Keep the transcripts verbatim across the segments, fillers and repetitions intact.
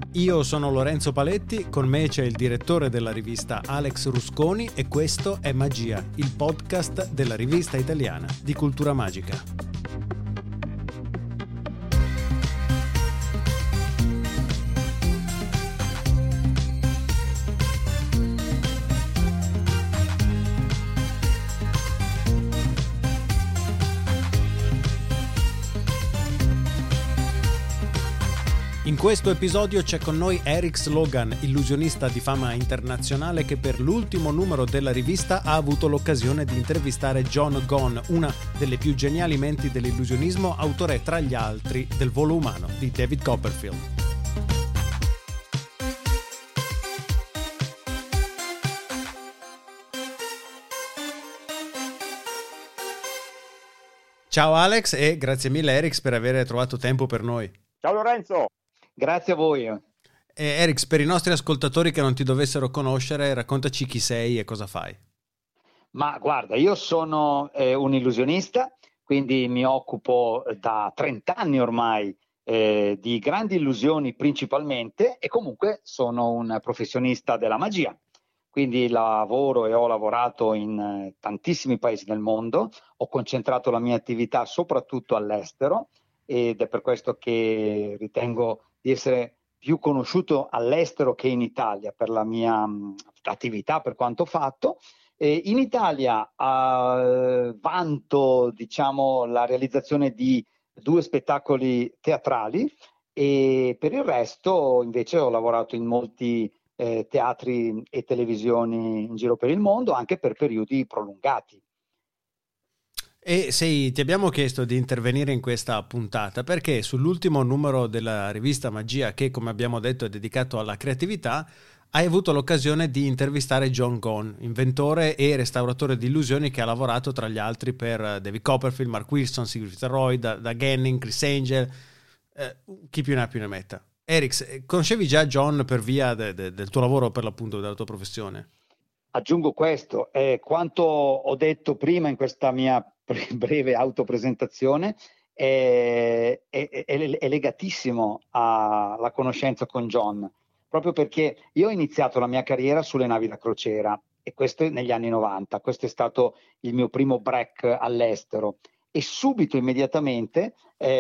Io sono Lorenzo Paletti, con me c'è il direttore della rivista Alex Rusconi e questo è Magia, il podcast della rivista italiana di cultura magica. In questo episodio c'è con noi Eric Slogan, illusionista di fama internazionale che per l'ultimo numero della rivista ha avuto l'occasione di intervistare John Gone, una delle più geniali menti dell'illusionismo, autore tra gli altri del Volo Umano di David Copperfield. Ciao Alex e grazie mille Eric per aver trovato tempo per noi. Ciao Lorenzo! Grazie a voi. Eh, Eric, per i nostri ascoltatori che non ti dovessero conoscere, raccontaci chi sei e cosa fai. Ma guarda, io sono eh, un illusionista, quindi mi occupo da trenta anni ormai eh, di grandi illusioni principalmente e comunque sono un professionista della magia. Quindi lavoro e ho lavorato in eh, tantissimi paesi del mondo, ho concentrato la mia attività soprattutto all'estero ed è per questo che ritengo di essere più conosciuto all'estero che in Italia per la mia mh, attività, per quanto fatto. E in Italia eh, vanto, diciamo, la realizzazione di due spettacoli teatrali e per il resto invece ho lavorato in molti eh, teatri e televisioni in giro per il mondo, anche per periodi prolungati. E sei, ti abbiamo chiesto di intervenire in questa puntata perché sull'ultimo numero della rivista Magia, che come abbiamo detto è dedicato alla creatività, hai avuto l'occasione di intervistare John Gone, inventore e restauratore di illusioni che ha lavorato tra gli altri per David Copperfield, Mark Wilson, Sigrid Roy, da, da Ganning, Chris Angel, eh, chi più ne ha più ne metta. Eric, conoscevi già John per via de, de, del tuo lavoro, per l'appunto della tua professione? Aggiungo questo, eh, quanto ho detto prima in questa mia breve autopresentazione è, è, è, è legatissimo alla conoscenza con John, proprio perché io ho iniziato la mia carriera sulle navi da crociera e questo negli anni novanta, questo è stato il mio primo break all'estero e subito, immediatamente,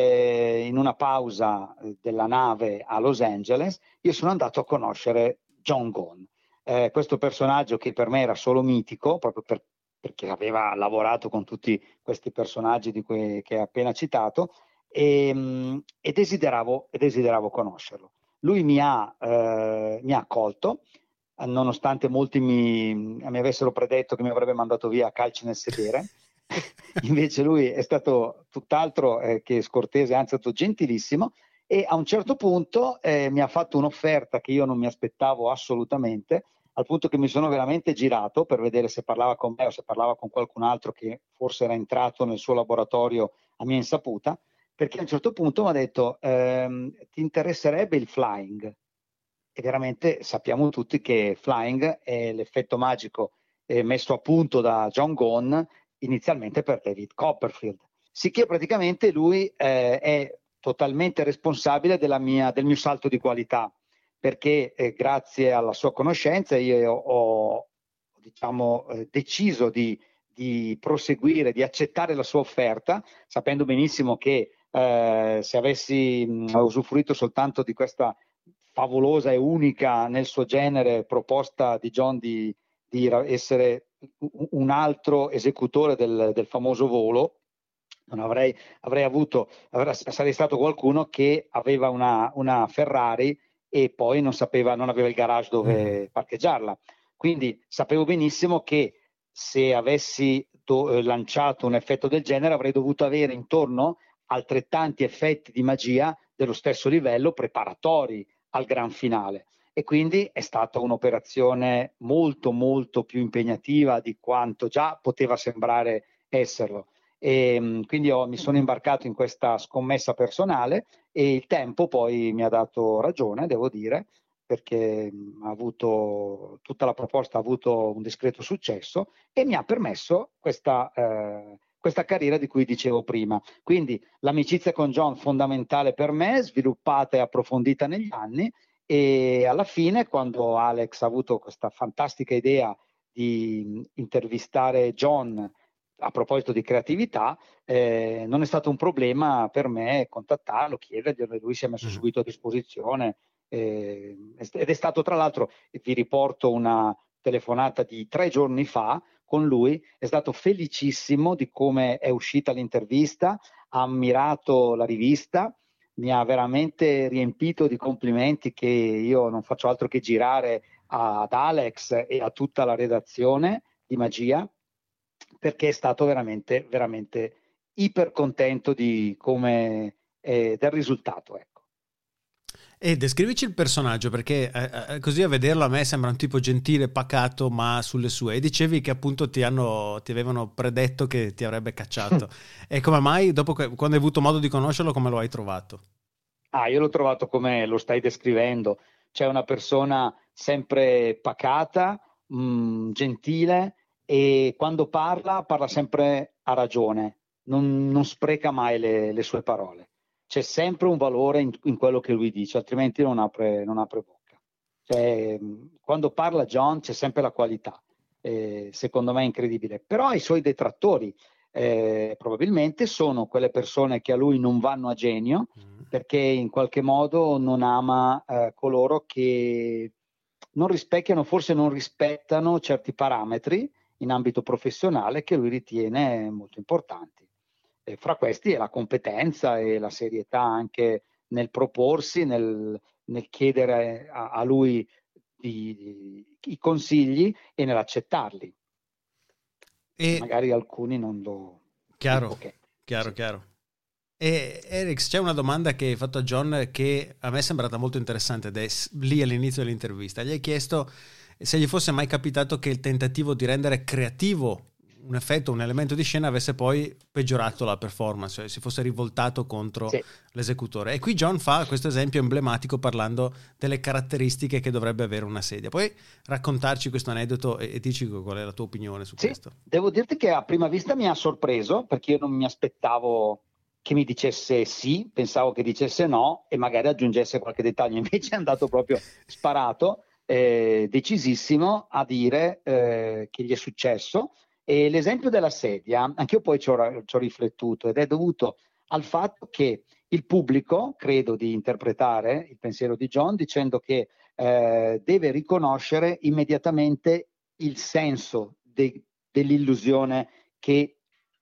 eh, in una pausa della nave a Los Angeles, io sono andato a conoscere John Gone. Eh, questo personaggio che per me era solo mitico, proprio per, perché aveva lavorato con tutti questi personaggi di cui che hai appena citato, e, mh, e, desideravo, e desideravo conoscerlo. Lui mi ha, eh, mi ha accolto, eh, nonostante molti mi, mi avessero predetto che mi avrebbe mandato via a calci nel sedere. Invece lui è stato tutt'altro eh, che scortese, anzi è stato gentilissimo. E a un certo punto eh, mi ha fatto un'offerta che io non mi aspettavo assolutamente, al punto che mi sono veramente girato per vedere se parlava con me o se parlava con qualcun altro che forse era entrato nel suo laboratorio a mia insaputa, perché a un certo punto mi ha detto ehm, ti interesserebbe il flying? E veramente sappiamo tutti che flying è l'effetto magico eh, messo a punto da John Gone inizialmente per David Copperfield. Sicché praticamente lui eh, è totalmente responsabile della mia, del mio salto di qualità, perché eh, grazie alla sua conoscenza io ho, diciamo, eh, deciso di, di proseguire, di accettare la sua offerta, sapendo benissimo che eh, se avessi mh, usufruito soltanto di questa favolosa e unica nel suo genere proposta di John di, di essere un altro esecutore del, del famoso volo, non avrei, avrei avuto, avrei, sarei stato qualcuno che aveva una, una Ferrari e poi non sapeva, non aveva il garage dove mm. parcheggiarla. Quindi sapevo benissimo che se avessi do, eh, lanciato un effetto del genere avrei dovuto avere intorno altrettanti effetti di magia dello stesso livello preparatori al gran finale. E quindi è stata un'operazione molto molto più impegnativa di quanto già poteva sembrare esserlo. E quindi ho, mi sono imbarcato in questa scommessa personale e il tempo poi mi ha dato ragione, devo dire, perché ha avuto, tutta la proposta ha avuto un discreto successo e mi ha permesso questa, eh, questa carriera di cui dicevo prima. Quindi l'amicizia con John fondamentale per me, sviluppata e approfondita negli anni, E alla fine, quando Alex ha avuto questa fantastica idea di intervistare John a proposito di creatività, eh, non è stato un problema per me contattarlo, chiederglielo, lui si è messo subito a disposizione, eh, ed è stato, tra l'altro, vi riporto una telefonata di tre giorni fa con lui, è stato felicissimo di come è uscita l'intervista, ha ammirato la rivista, mi ha veramente riempito di complimenti che io non faccio altro che girare ad Alex e a tutta la redazione di Magia, perché è stato veramente, veramente iper contento di come eh, del risultato, ecco. E descrivici il personaggio, perché eh, eh, così a vederlo a me sembra un tipo gentile, pacato, ma sulle sue. E dicevi che appunto ti hanno, ti avevano predetto che ti avrebbe cacciato. E come mai, dopo che, quando hai avuto modo di conoscerlo, come lo hai trovato? Ah, io l'ho trovato come lo stai descrivendo, cioè una persona sempre pacata, mh, gentile, e quando parla, parla sempre a ragione, non, non spreca mai le, le sue parole. C'è sempre un valore in, in quello che lui dice, altrimenti non apre, non apre bocca. Cioè, mh, quando parla John c'è sempre la qualità, eh, secondo me è incredibile, però ha i suoi detrattori, eh, probabilmente sono quelle persone che a lui non vanno a genio, perché in qualche modo non ama eh, coloro che non rispecchiano, forse non rispettano certi parametri in ambito professionale che lui ritiene molto importanti. E fra questi è la competenza e la serietà anche nel proporsi, nel, nel chiedere a, a lui di, di, i consigli e nell'accettarli. E Magari alcuni non lo... chiaro, Ok, chiaro, sì. chiaro. E Erix, c'è una domanda che hai fatto a John che a me è sembrata molto interessante ed è lì all'inizio dell'intervista. Gli hai chiesto se gli fosse mai capitato che il tentativo di rendere creativo un effetto, un elemento di scena avesse poi peggiorato la performance, cioè si fosse rivoltato contro Sì. l'esecutore. E qui John fa questo esempio emblematico parlando delle caratteristiche che dovrebbe avere una sedia. Puoi raccontarci questo aneddoto e, e dici qual è la tua opinione su Sì, questo? devo dirti che a prima vista mi ha sorpreso, perché io non mi aspettavo che mi dicesse sì, pensavo che dicesse no e magari aggiungesse qualche dettaglio, invece è andato proprio sparato, eh, decisissimo a dire eh, che gli è successo. E l'esempio della sedia, anch'io poi ci ho, ci ho riflettuto, ed è dovuto al fatto che il pubblico, credo di interpretare il pensiero di John, dicendo che eh, deve riconoscere immediatamente il senso de- dell'illusione che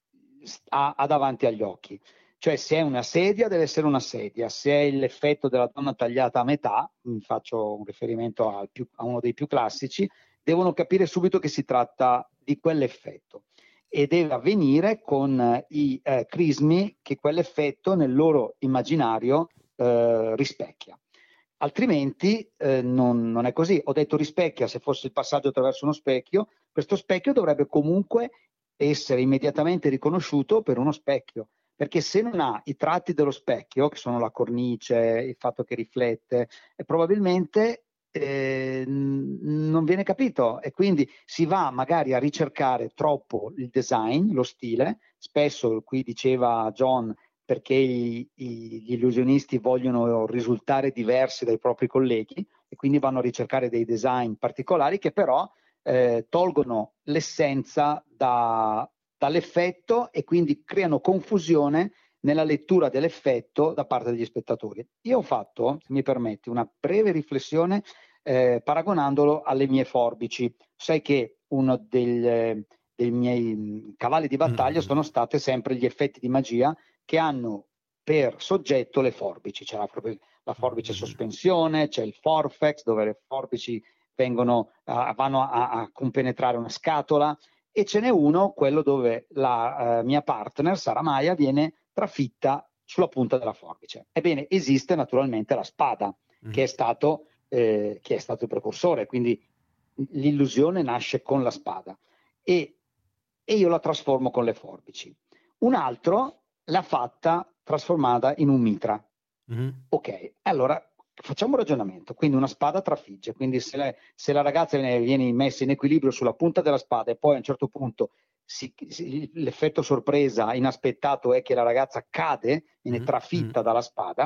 ha, ha davanti agli occhi. Cioè, se è una sedia, deve essere una sedia. Se è l'effetto della donna tagliata a metà, faccio un riferimento al più, a uno dei più classici, devono capire subito che si tratta di quell'effetto. E deve avvenire con i eh, crismi che quell'effetto nel loro immaginario eh, rispecchia. Altrimenti eh, non, non è così. Ho detto rispecchia, se fosse il passaggio attraverso uno specchio, questo specchio dovrebbe comunque essere immediatamente riconosciuto per uno specchio, perché se non ha i tratti dello specchio, che sono la cornice, il fatto che riflette, eh, probabilmente eh, non viene capito, e quindi si va magari a ricercare troppo il design, lo stile. Spesso, qui diceva John, perché i, i, gli illusionisti vogliono risultare diversi dai propri colleghi e quindi vanno a ricercare dei design particolari che però eh, tolgono l'essenza da, dall'effetto e quindi creano confusione nella lettura dell'effetto da parte degli spettatori. Io ho fatto, se mi permetti, una breve riflessione eh, paragonandolo alle mie forbici. Sai che uno del, dei miei cavalli di battaglia sono state sempre gli effetti di magia che hanno per soggetto le forbici. C'è la, la forbice sospensione, c'è il forfex dove le forbici vengono, uh, vanno a, a compenetrare una scatola, e ce n'è uno, quello dove la uh, mia partner Sara Maia viene trafitta sulla punta della forbice. Ebbene, esiste naturalmente la spada, mm. che, è stato, eh, che è stato il precursore, quindi l'illusione nasce con la spada e, e io la trasformo con le forbici. Un altro l'ha fatta trasformata in un mitra. Mm-hmm. Ok, allora facciamo un ragionamento. Quindi una spada trafigge, quindi se, le, se la ragazza viene, viene messa in equilibrio sulla punta della spada e poi a un certo punto si, si, l'effetto sorpresa inaspettato è che la ragazza cade, viene trafitta mm-hmm. dalla spada,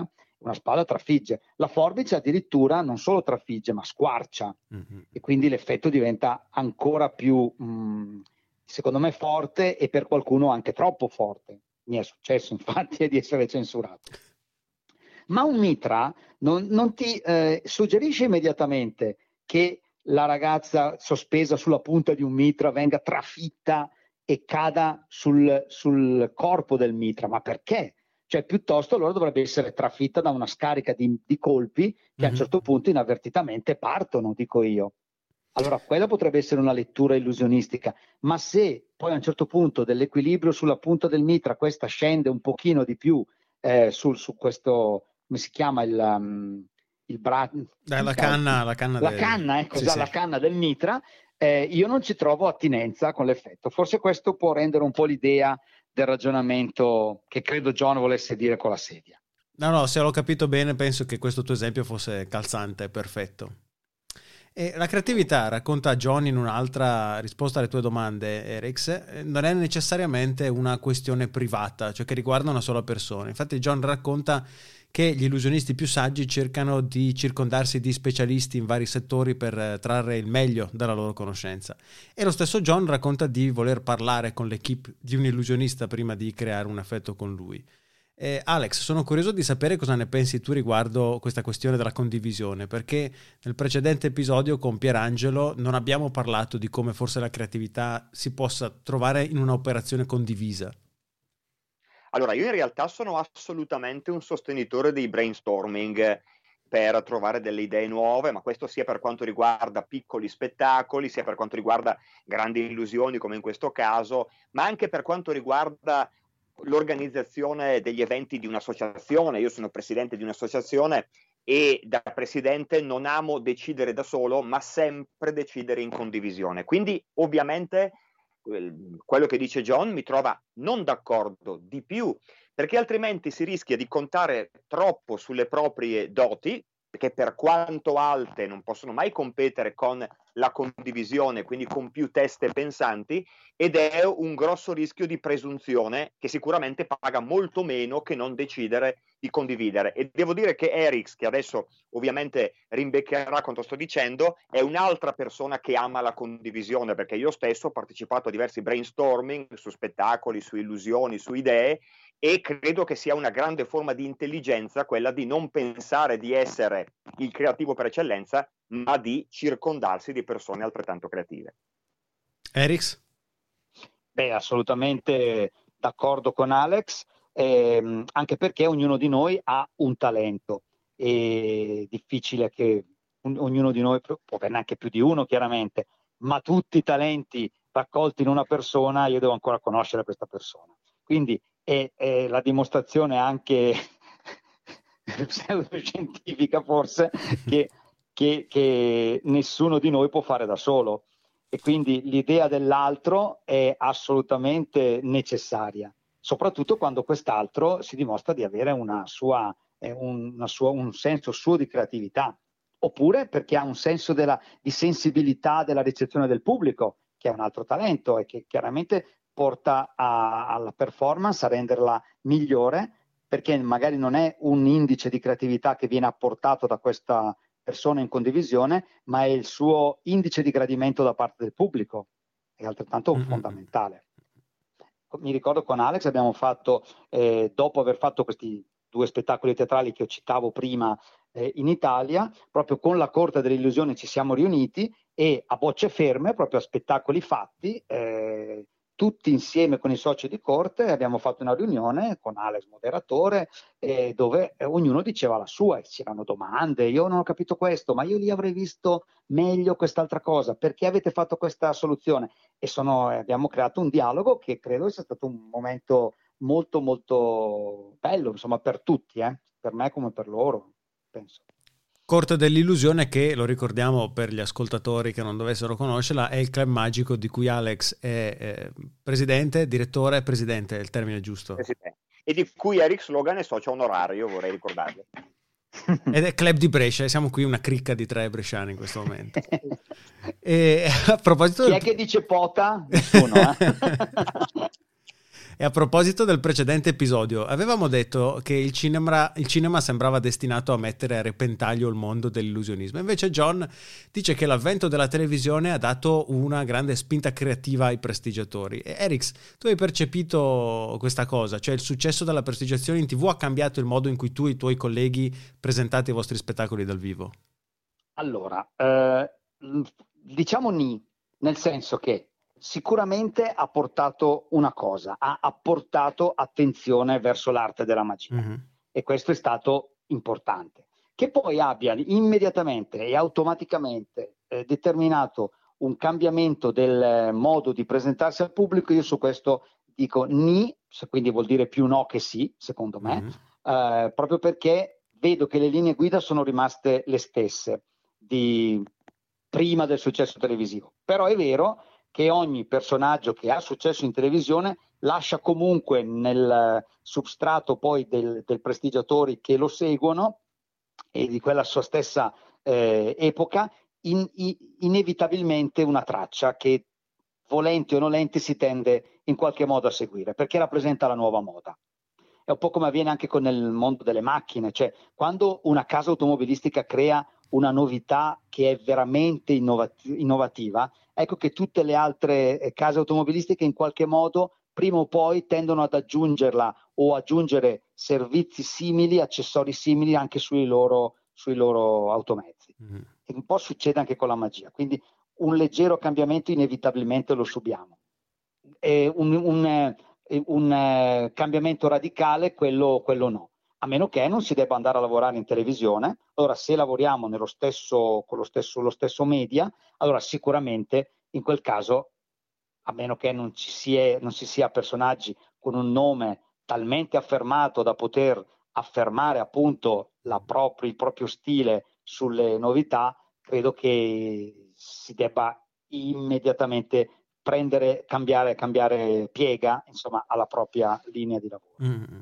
una spada trafigge. La forbice addirittura non solo trafigge, ma squarcia, mm-hmm. e quindi l'effetto diventa ancora più, mh, secondo me, forte, e per qualcuno anche troppo forte. Mi è successo infatti di essere censurato. Ma un mitra non, non ti eh, suggerisce immediatamente che la ragazza sospesa sulla punta di un mitra venga trafitta e cada sul, sul corpo del mitra, ma perché? Cioè, piuttosto allora dovrebbe essere trafitta da una scarica di, di colpi che mm-hmm. a un certo punto inavvertitamente partono, dico io. Allora, quella potrebbe essere una lettura illusionistica, ma se poi a un certo punto dell'equilibrio sulla punta del mitra questa scende un pochino di più eh, sul, su questo, come si chiama, il, um, il bra... Dai, la canna, la canna, la del... canna, ecco, sì, già sì. la canna del mitra, eh, io non ci trovo attinenza con l'effetto. Forse questo può rendere un po' l'idea del ragionamento che credo John volesse dire con la sedia. No, no, se l'ho capito bene, penso che questo tuo esempio fosse calzante, perfetto. E la creatività, racconta John in un'altra risposta alle tue domande, Erix, non è necessariamente una questione privata, cioè che riguarda una sola persona. Infatti John racconta che gli illusionisti più saggi cercano di circondarsi di specialisti in vari settori per trarre il meglio dalla loro conoscenza. E lo stesso John racconta di voler parlare con l'equipe di un illusionista prima di creare un effetto con lui. Eh, Alex, sono curioso di sapere cosa ne pensi tu riguardo questa questione della condivisione, perché nel precedente episodio con Pierangelo non abbiamo parlato di come forse la creatività si possa trovare in un'operazione condivisa. Allora, io in realtà sono assolutamente un sostenitore dei brainstorming per trovare delle idee nuove, ma questo sia per quanto riguarda piccoli spettacoli, sia per quanto riguarda grandi illusioni come in questo caso, ma anche per quanto riguarda l'organizzazione degli eventi di un'associazione. Io sono presidente di un'associazione e da presidente non amo decidere da solo, ma sempre decidere in condivisione. Quindi ovviamente quello che dice John mi trova non d'accordo, di più, perché altrimenti si rischia di contare troppo sulle proprie doti, che per quanto alte non possono mai competere con la condivisione, quindi con più teste pensanti, ed è un grosso rischio di presunzione che sicuramente paga molto meno che non decidere di condividere. E devo dire che Erix, che adesso ovviamente rimbeccherà quanto sto dicendo, è un'altra persona che ama la condivisione, perché io stesso ho partecipato a diversi brainstorming su spettacoli, su illusioni, su idee, e credo che sia una grande forma di intelligenza quella di non pensare di essere il creativo per eccellenza, ma di circondarsi di persone altrettanto creative. Erix? Beh, assolutamente d'accordo con Alex, ehm, anche perché ognuno di noi ha un talento. È difficile che un, ognuno di noi, può averne anche più di uno chiaramente, ma tutti i talenti raccolti in una persona, io devo ancora conoscere questa persona. Quindi è, è la dimostrazione anche pseudoscientifica forse che, che, che nessuno di noi può fare da solo, e quindi l'idea dell'altro è assolutamente necessaria, soprattutto quando quest'altro si dimostra di avere una sua, eh, una sua, un senso suo di creatività, oppure perché ha un senso della, di sensibilità della ricezione del pubblico, che è un altro talento e che chiaramente porta a, alla performance, a renderla migliore, perché magari non è un indice di creatività che viene apportato da questa persona in condivisione, ma è il suo indice di gradimento da parte del pubblico, è altrettanto mm-hmm. fondamentale. Mi ricordo con Alex abbiamo fatto, eh, dopo aver fatto questi due spettacoli teatrali che io citavo prima eh, in Italia, proprio con la Corte delle Illusioni ci siamo riuniti e a bocce ferme, proprio a spettacoli fatti, eh, tutti insieme con i soci di corte abbiamo fatto una riunione con Alex moderatore, eh, dove eh, ognuno diceva la sua, e c'erano domande, io non ho capito questo, ma io lì avrei visto meglio quest'altra cosa, perché avete fatto questa soluzione? E sono, eh, abbiamo creato un dialogo che credo sia stato un momento molto molto bello, insomma, per tutti, eh? Per me come per loro, penso. Corte dell'Illusione, che lo ricordiamo per gli ascoltatori che non dovessero conoscerla, è il club magico di cui Alex è eh, presidente, direttore, presidente, è il termine giusto. Presidente. E di cui Eric Slogan è socio onorario, vorrei ricordarlo. Ed è Club di Brescia, siamo qui una cricca di tre bresciani in questo momento. E a proposito chi del... è che dice pota? Nessuno, eh? E a proposito del precedente episodio, avevamo detto che il cinema, il cinema sembrava destinato a mettere a repentaglio il mondo dell'illusionismo. Invece John dice che l'avvento della televisione ha dato una grande spinta creativa ai prestigiatori. E Erix, tu hai percepito questa cosa? Cioè il successo della prestigiazione in tivù ha cambiato il modo in cui tu e i tuoi colleghi presentate i vostri spettacoli dal vivo? Allora, eh, diciamo ni, nel senso che sicuramente ha portato una cosa, ha apportato attenzione verso l'arte della magia, mm-hmm. e questo è stato importante. Che poi abbia immediatamente e automaticamente eh, determinato un cambiamento del modo di presentarsi al pubblico, io su questo dico ni, quindi vuol dire più no che sì, secondo me, mm-hmm. eh, proprio perché vedo che le linee guida sono rimaste le stesse di prima del successo televisivo. Però è vero che ogni personaggio che ha successo in televisione lascia comunque nel substrato poi del, del prestigiatori che lo seguono e di quella sua stessa eh, epoca in, in, inevitabilmente una traccia che volenti o nolenti si tende in qualche modo a seguire, perché rappresenta la nuova moda. È un po' come avviene anche con il mondo delle macchine, cioè quando una casa automobilistica crea una novità che è veramente innovat- innovativa, ecco che tutte le altre eh, case automobilistiche in qualche modo prima o poi tendono ad aggiungerla o aggiungere servizi simili, accessori simili anche sui loro, sui loro automezzi. Mm-hmm. E un po' succede anche con la magia, quindi un leggero cambiamento inevitabilmente lo subiamo. E un, un, un eh, cambiamento radicale, quello, quello no. A meno che non si debba andare a lavorare in televisione. Allora, se lavoriamo nello stesso, con lo stesso, lo stesso media, allora sicuramente in quel caso, a meno che non ci sia, non si sia personaggi con un nome talmente affermato da poter affermare appunto la proprio, il proprio stile sulle novità, credo che si debba immediatamente prendere, cambiare, cambiare piega, insomma, alla propria linea di lavoro. Mm.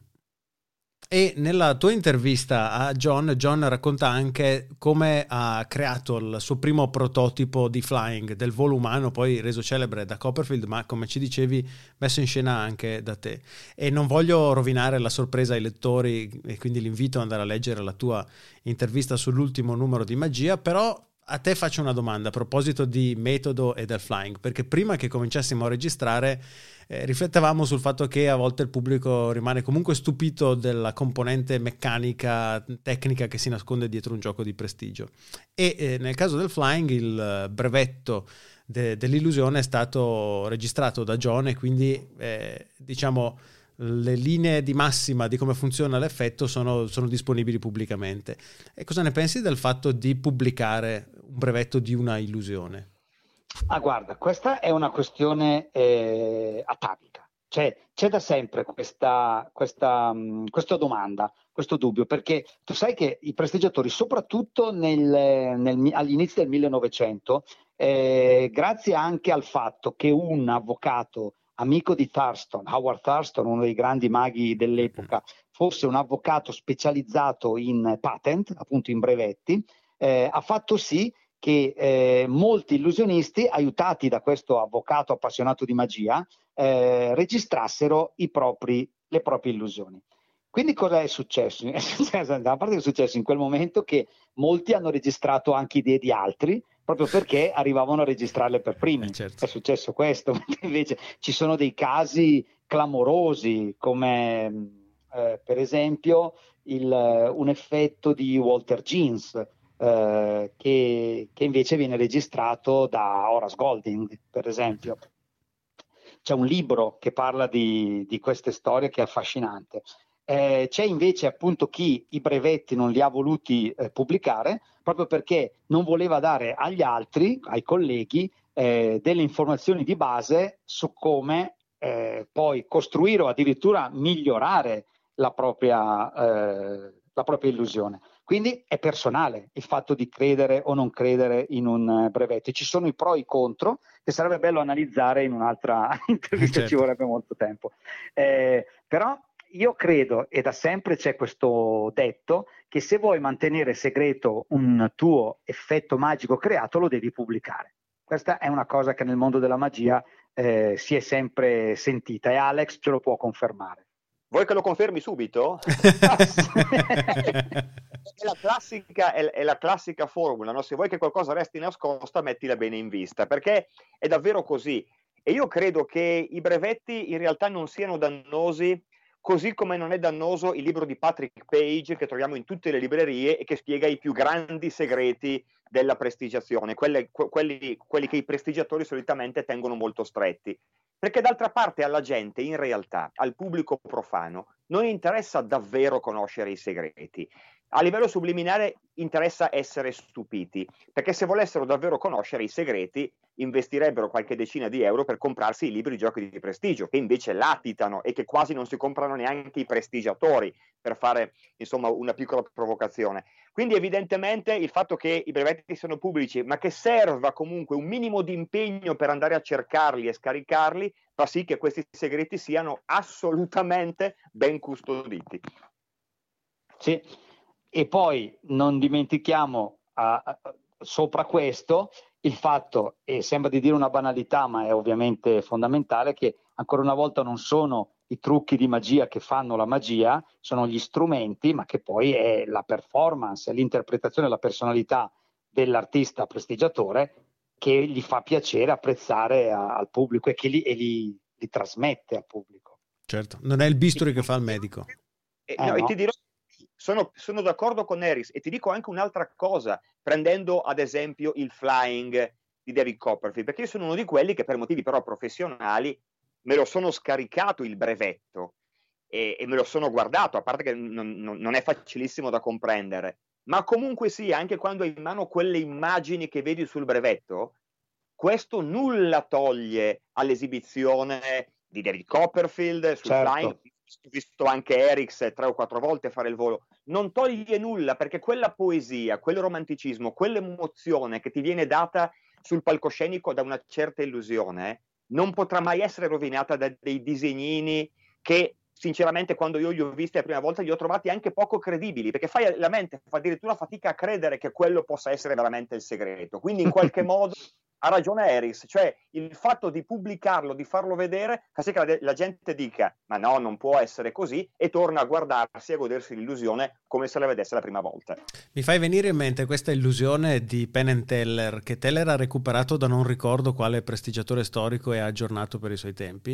E nella tua intervista a John, John racconta anche come ha creato il suo primo prototipo di flying, del volo umano, poi reso celebre da Copperfield, ma come ci dicevi messo in scena anche da te. E non voglio rovinare la sorpresa ai lettori e quindi l'invito ad andare a leggere la tua intervista sull'ultimo numero di Magia, però a te faccio una domanda a proposito di metodo e del flying, perché prima che cominciassimo a registrare eh, riflettevamo sul fatto che a volte il pubblico rimane comunque stupito della componente meccanica, tecnica che si nasconde dietro un gioco di prestigio. E eh, nel caso del flying il brevetto de- dell'illusione è stato registrato da John e quindi eh, diciamo le linee di massima di come funziona l'effetto sono, sono disponibili pubblicamente. E cosa ne pensi del fatto di pubblicare un brevetto di una illusione? Ah, guarda, questa è una questione eh, atavica. Cioè, c'è da sempre questa, questa, mh, questa domanda, questo dubbio, perché tu sai che i prestigiatori, soprattutto nel, nel, agli inizi del millenovecento, eh, grazie anche al fatto che un avvocato amico di Thurston, Howard Thurston, uno dei grandi maghi dell'epoca, fosse un avvocato specializzato in patent, appunto in brevetti, eh, ha fatto sì che eh, molti illusionisti, aiutati da questo avvocato appassionato di magia, eh, registrassero i propri, le proprie illusioni. Quindi cosa è successo? È successo, da parte è successo in quel momento che molti hanno registrato anche idee di altri, proprio perché arrivavano a registrarle per primi. Eh, certo. È successo questo, invece ci sono dei casi clamorosi, come eh, per esempio il, un effetto di Walter Jeans, eh, che, che invece viene registrato da Horace Golding, per esempio. C'è un libro che parla di, di queste storie che è affascinante. Eh, c'è invece appunto chi i brevetti non li ha voluti eh, pubblicare proprio perché non voleva dare agli altri, ai colleghi, eh, delle informazioni di base su come eh, poi costruire o addirittura migliorare la propria, eh, la propria illusione. Quindi è personale il fatto di credere o non credere in un brevetto. Ci sono i pro e i contro, che sarebbe bello analizzare in un'altra intervista, certo. Ci vorrebbe molto tempo. Eh, però io credo, e da sempre c'è questo detto, che se vuoi mantenere segreto un tuo effetto magico creato, lo devi pubblicare. Questa è una cosa che nel mondo della magia eh, si è sempre sentita, e Alex ce lo può confermare. Vuoi che lo confermi subito? È la classica, è, è la classica formula, no? Se vuoi che qualcosa resti nascosta, mettila bene in vista, perché è davvero così. E io credo che i brevetti in realtà non siano dannosi, così come non è dannoso il libro di Patrick Page che troviamo in tutte le librerie e che spiega i più grandi segreti della prestigiazione, quelle, quelli, quelli che i prestigiatori solitamente tengono molto stretti. Perché d'altra parte alla gente, in realtà, al pubblico profano, non interessa davvero conoscere i segreti. A livello subliminale interessa essere stupiti, perché se volessero davvero conoscere i segreti investirebbero qualche decina di euro per comprarsi i libri di giochi di prestigio, che invece latitano e che quasi non si comprano neanche i prestigiatori, per fare insomma una piccola provocazione. Quindi evidentemente il fatto che i brevetti siano pubblici, ma che serva comunque un minimo di impegno per andare a cercarli e scaricarli, fa sì che questi segreti siano assolutamente ben custoditi. Sì, e poi non dimentichiamo a, a, sopra questo il fatto, e sembra di dire una banalità, ma è ovviamente fondamentale, che ancora una volta non sono i trucchi di magia che fanno la magia, sono gli strumenti, ma che poi è la performance, l'interpretazione, la personalità dell'artista prestigiatore che gli fa piacere apprezzare a, al pubblico e che li, e li, li trasmette al pubblico. Certo, non è il bisturi che fa il medico. Eh, eh, no, no. E ti dirò, sono, sono d'accordo con Harris, e ti dico anche un'altra cosa, prendendo ad esempio il Flying di David Copperfield, perché io sono uno di quelli che per motivi però professionali me lo sono scaricato il brevetto e, e me lo sono guardato, a parte che non, non, non è facilissimo da comprendere, ma comunque sì, anche quando hai in mano quelle immagini che vedi sul brevetto, questo nulla toglie all'esibizione di David Copperfield sul Certo. Flying. Ho visto anche Eriks tre o quattro volte fare il volo, non toglie nulla, perché quella poesia, quel romanticismo, quell'emozione che ti viene data sul palcoscenico da una certa illusione non potrà mai essere rovinata da dei disegnini che sinceramente quando io li ho visti la prima volta li ho trovati anche poco credibili, perché fai la mente fa addirittura fatica a credere che quello possa essere veramente il segreto. Quindi in qualche modo ha ragione Harris, cioè il fatto di pubblicarlo, di farlo vedere, fa sì che la, la gente dica ma no, non può essere così, e torna a guardarsi e a godersi l'illusione come se la vedesse la prima volta. Mi fai venire in mente questa illusione di Penn and Teller, che Teller ha recuperato da non ricordo quale prestigiatore storico e ha aggiornato per i suoi tempi,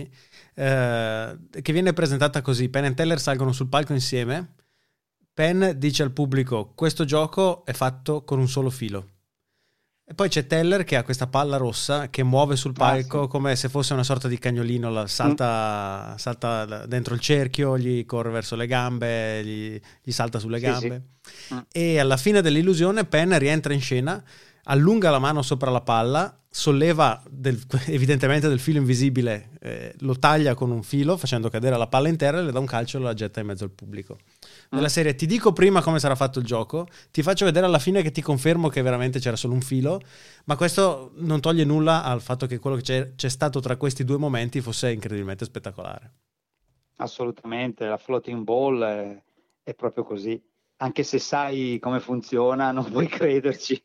eh, che viene presentata così: Penn and Teller salgono sul palco insieme, Penn dice al pubblico questo gioco è fatto con un solo filo. E poi c'è Teller che ha questa palla rossa che muove sul palco ah, sì. come se fosse una sorta di cagnolino, la salta, mm. salta dentro il cerchio, gli corre verso le gambe, gli, gli salta sulle gambe. Sì, sì. Mm. E alla fine dell'illusione Penn rientra in scena, allunga la mano sopra la palla, solleva del, evidentemente del filo invisibile, eh, lo taglia con un filo facendo cadere la palla intera e le dà un calcio e la getta in mezzo al pubblico. Nella serie ti dico prima come sarà fatto il gioco, ti faccio vedere alla fine che ti confermo che veramente c'era solo un filo, ma questo non toglie nulla al fatto che quello che c'è, c'è stato tra questi due momenti fosse incredibilmente spettacolare. Assolutamente, la floating ball è, è proprio così, anche se sai come funziona non puoi crederci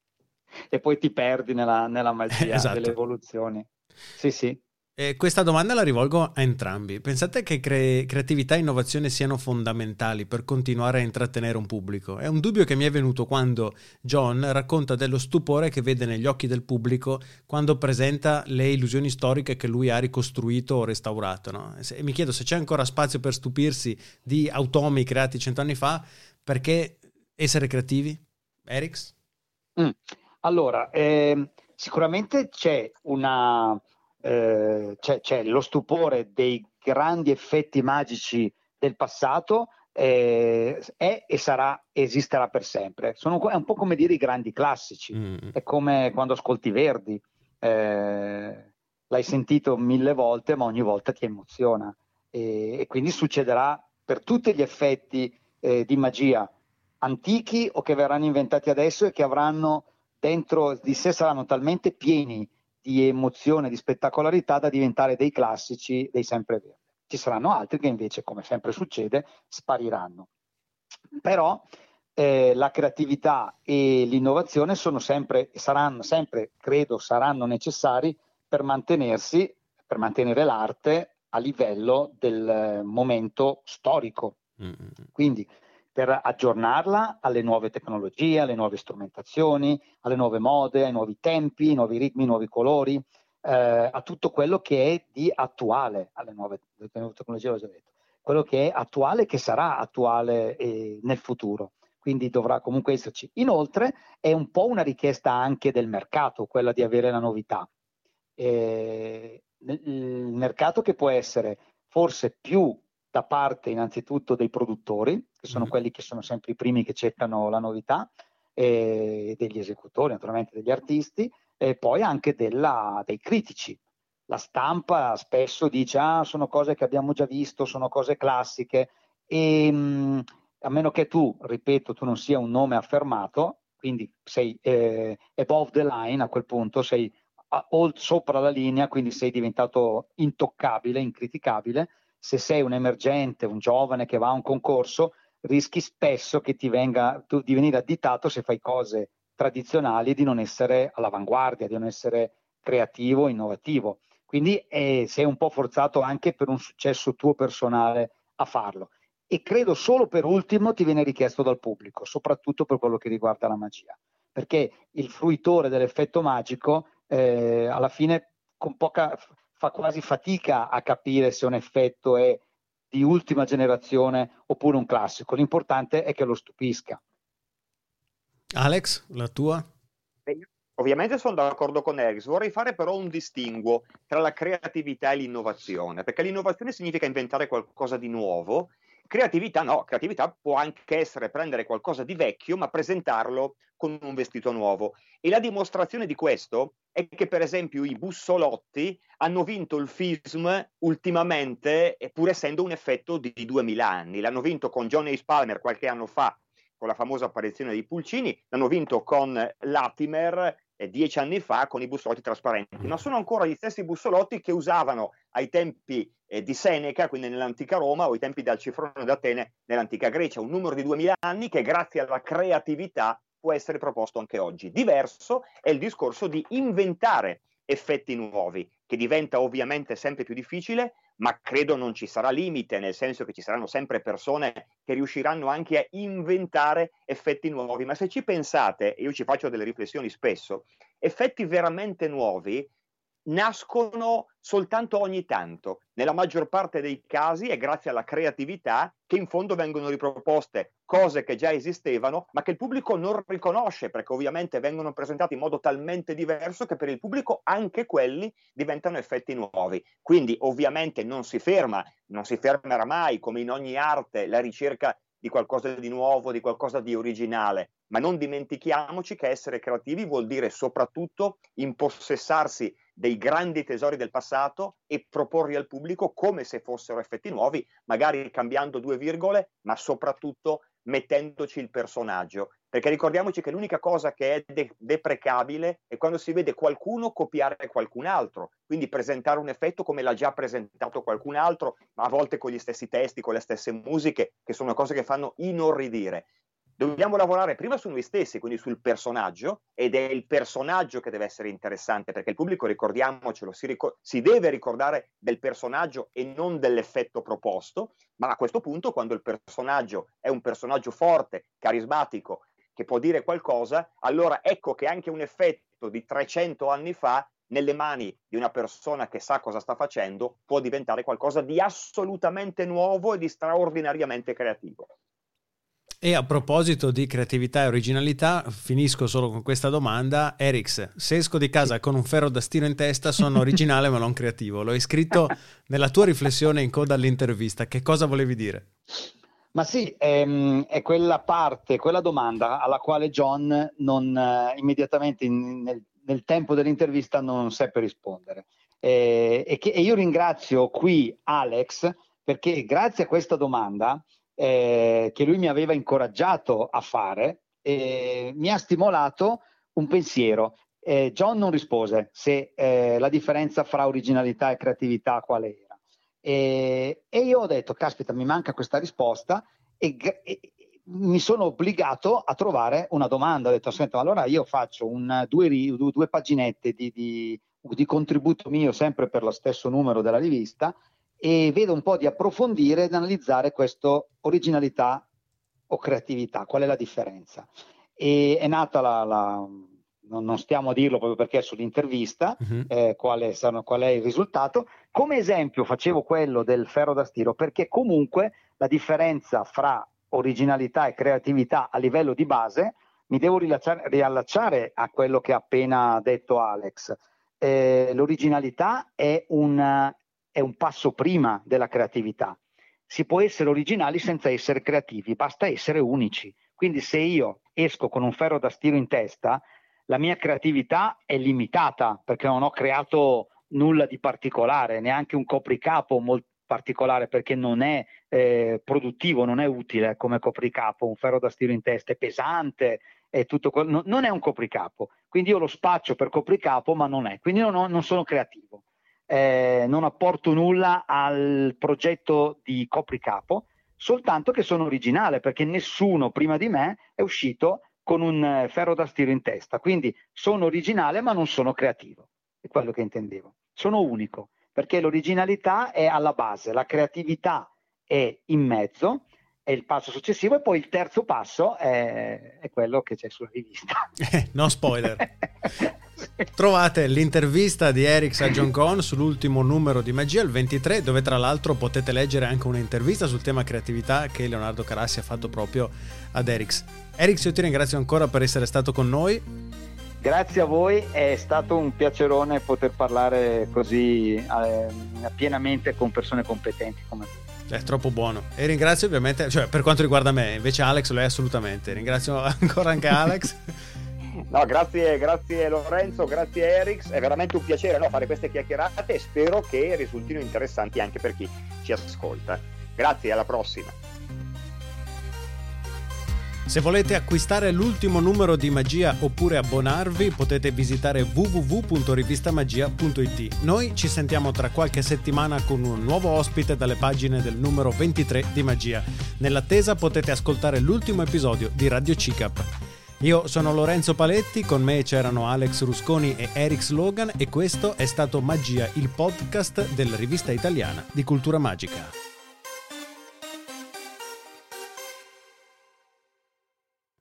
e poi ti perdi nella, nella magia esatto. delle evoluzioni. Sì, sì. Eh, questa domanda la rivolgo a entrambi. Pensate che cre- creatività e innovazione siano fondamentali per continuare a intrattenere un pubblico? È un dubbio che mi è venuto quando John racconta dello stupore che vede negli occhi del pubblico quando presenta le illusioni storiche che lui ha ricostruito o restaurato, no? E mi chiedo se c'è ancora spazio per stupirsi di automi creati cent'anni fa, perché essere creativi? Eriks? Mm. Allora, eh, sicuramente c'è una... Eh, c'è, c'è lo stupore dei grandi effetti magici del passato, eh, è e sarà, esisterà per sempre. Sono, è un po' come dire i grandi classici, mm. è come quando ascolti Verdi, eh, l'hai sentito mille volte ma ogni volta ti emoziona, e, e quindi succederà per tutti gli effetti eh, di magia antichi o che verranno inventati adesso e che avranno dentro di sé, saranno talmente pieni di emozione, di spettacolarità da diventare dei classici, dei sempreverdi. Ci saranno altri che invece, come sempre succede, spariranno. Però eh, la creatività e l'innovazione sono sempre, saranno sempre, credo, saranno necessari per mantenersi per mantenere l'arte a livello del momento storico. Mm-hmm. Quindi per aggiornarla alle nuove tecnologie, alle nuove strumentazioni, alle nuove mode, ai nuovi tempi, ai nuovi ritmi, ai nuovi colori, eh, a tutto quello che è di attuale, alle nuove, alle nuove tecnologie, l'ho già detto, quello che è attuale e che sarà attuale eh, nel futuro. Quindi dovrà comunque esserci. Inoltre è un po' una richiesta anche del mercato, quella di avere la novità. Eh, il mercato che può essere forse più da parte innanzitutto dei produttori, che sono mm. quelli che sono sempre i primi che cercano la novità, e degli esecutori, naturalmente degli artisti, e poi anche della, dei critici. La stampa spesso dice ah, sono cose che abbiamo già visto, sono cose classiche, e mh, a meno che tu, ripeto, tu non sia un nome affermato, quindi sei eh, above the line a quel punto, sei a, sopra la linea, quindi sei diventato intoccabile, incriticabile. Se sei un emergente, un giovane che va a un concorso, rischi spesso che ti venga tu, di venire additato se fai cose tradizionali, di non essere all'avanguardia, di non essere creativo, innovativo. Quindi eh, sei un po' forzato anche per un successo tuo personale a farlo. E credo solo per ultimo ti viene richiesto dal pubblico, soprattutto per quello che riguarda la magia. Perché il fruitore dell'effetto magico eh, alla fine con poca... fa quasi fatica a capire se un effetto è di ultima generazione oppure un classico. L'importante è che lo stupisca. Alex, la tua? Beh, ovviamente sono d'accordo con Alex, vorrei fare però un distinguo tra la creatività e l'innovazione, perché l'innovazione significa inventare qualcosa di nuovo. Creatività no, creatività può anche essere prendere qualcosa di vecchio ma presentarlo con un vestito nuovo. E la dimostrazione di questo è che per esempio i bussolotti hanno vinto il F I S M ultimamente, pur essendo un effetto di duemila anni. L'hanno vinto con John Ace Palmer qualche anno fa, con la famosa apparizione dei pulcini, l'hanno vinto con Latimer eh, dieci anni fa con i bussolotti trasparenti, ma sono ancora gli stessi bussolotti che usavano ai tempi eh, di Seneca, quindi nell'antica Roma, o ai tempi del Cifrone d'Atene nell'antica Grecia, un numero di duemila anni che grazie alla creatività può essere proposto anche oggi. Diverso è il discorso di inventare effetti nuovi, che diventa ovviamente sempre più difficile, ma credo non ci sarà limite, nel senso che ci saranno sempre persone che riusciranno anche a inventare effetti nuovi. Ma se ci pensate, e io ci faccio delle riflessioni spesso, effetti veramente nuovi nascono soltanto ogni tanto. Nella maggior parte dei casi è grazie alla creatività che in fondo vengono riproposte cose che già esistevano, ma che il pubblico non riconosce, perché ovviamente vengono presentati in modo talmente diverso che per il pubblico anche quelli diventano effetti nuovi. Quindi ovviamente non si ferma, non si fermerà mai, come in ogni arte, la ricerca di qualcosa di nuovo, di qualcosa di originale, ma non dimentichiamoci che essere creativi vuol dire soprattutto impossessarsi dei grandi tesori del passato e proporli al pubblico come se fossero effetti nuovi, magari cambiando due virgole, ma soprattutto mettendoci il personaggio, perché ricordiamoci che l'unica cosa che è de- deprecabile è quando si vede qualcuno copiare qualcun altro, quindi presentare un effetto come l'ha già presentato qualcun altro, ma a volte con gli stessi testi, con le stesse musiche, che sono cose che fanno inorridire. Dobbiamo lavorare prima su noi stessi, quindi sul personaggio, ed è il personaggio che deve essere interessante, perché il pubblico, ricordiamocelo, si, ricor- si deve ricordare del personaggio e non dell'effetto proposto, ma a questo punto, quando il personaggio è un personaggio forte, carismatico, che può dire qualcosa, allora ecco che anche un effetto di trecento anni fa, nelle mani di una persona che sa cosa sta facendo, può diventare qualcosa di assolutamente nuovo e di straordinariamente creativo. E a proposito di creatività e originalità, finisco solo con questa domanda. Erix, se esco di casa con un ferro da stiro in testa sono originale ma non creativo. Lo hai scritto nella tua riflessione in coda all'intervista. Che cosa volevi dire? Ma sì, è, è quella parte, quella domanda alla quale John non eh, immediatamente in, nel, nel tempo dell'intervista non seppe rispondere. E, e, che, e io ringrazio qui Alex perché grazie a questa domanda Eh, che lui mi aveva incoraggiato a fare, eh, mi ha stimolato un pensiero. Eh, John non rispose se eh, la differenza fra originalità e creatività quale era. E, e io ho detto, caspita, mi manca questa risposta e, e mi sono obbligato a trovare una domanda. Ho detto, senta, allora io faccio un, due, due paginette di, di di contributo mio sempre per lo stesso numero della rivista, e vedo un po' di approfondire ed analizzare questo originalità o creatività, qual è la differenza. E è nata la, la non, non stiamo a dirlo proprio perché è sull'intervista, uh-huh. eh, quale, qual è il risultato. Come esempio facevo quello del ferro da stiro perché comunque la differenza fra originalità e creatività a livello di base, mi devo riallacciare a quello che ha appena detto Alex. Eh, l'originalità è un, è un passo prima della creatività. Si può essere originali senza essere creativi, basta essere unici. Quindi se io esco con un ferro da stiro in testa, la mia creatività è limitata perché non ho creato nulla di particolare, neanche un copricapo molto particolare, perché non è eh, produttivo, non è utile come copricapo. Un ferro da stiro in testa è pesante, è tutto quello, no, non è un copricapo, quindi io lo spaccio per copricapo ma non è, quindi non, ho, non sono creativo, eh, non apporto nulla al progetto di copricapo, soltanto che sono originale perché nessuno prima di me è uscito con un ferro da stiro in testa, quindi sono originale ma non sono creativo, è quello che intendevo, sono unico. Perché l'originalità è alla base, la creatività è in mezzo, è il passo successivo, e poi il terzo passo è, è quello che c'è sulla rivista. No spoiler. Trovate l'intervista di Erix a John Cohn sull'ultimo numero di Magia, il ventitré, dove tra l'altro potete leggere anche un'intervista sul tema creatività che Leonardo Carassi ha fatto proprio ad Erix. Erix, io ti ringrazio ancora per essere stato con noi. Grazie a voi, è stato un piacerone poter parlare così eh, pienamente con persone competenti come voi. È troppo buono. E ringrazio ovviamente, cioè per quanto riguarda me, invece Alex lo è assolutamente. Ringrazio ancora anche Alex. No, grazie, grazie Lorenzo, grazie Erix, è veramente un piacere, no, fare queste chiacchierate e spero che risultino interessanti anche per chi ci ascolta. Grazie, alla prossima. Se volete acquistare l'ultimo numero di Magia oppure abbonarvi, potete visitare w w w punto rivistamagia punto i t. Noi ci sentiamo tra qualche settimana con un nuovo ospite dalle pagine del numero ventitré di Magia. Nell'attesa potete ascoltare l'ultimo episodio di Radio C C A P. Io sono Lorenzo Paletti, con me c'erano Alex Rusconi e Erix Logan e questo è stato Magia, il podcast della rivista italiana di cultura magica.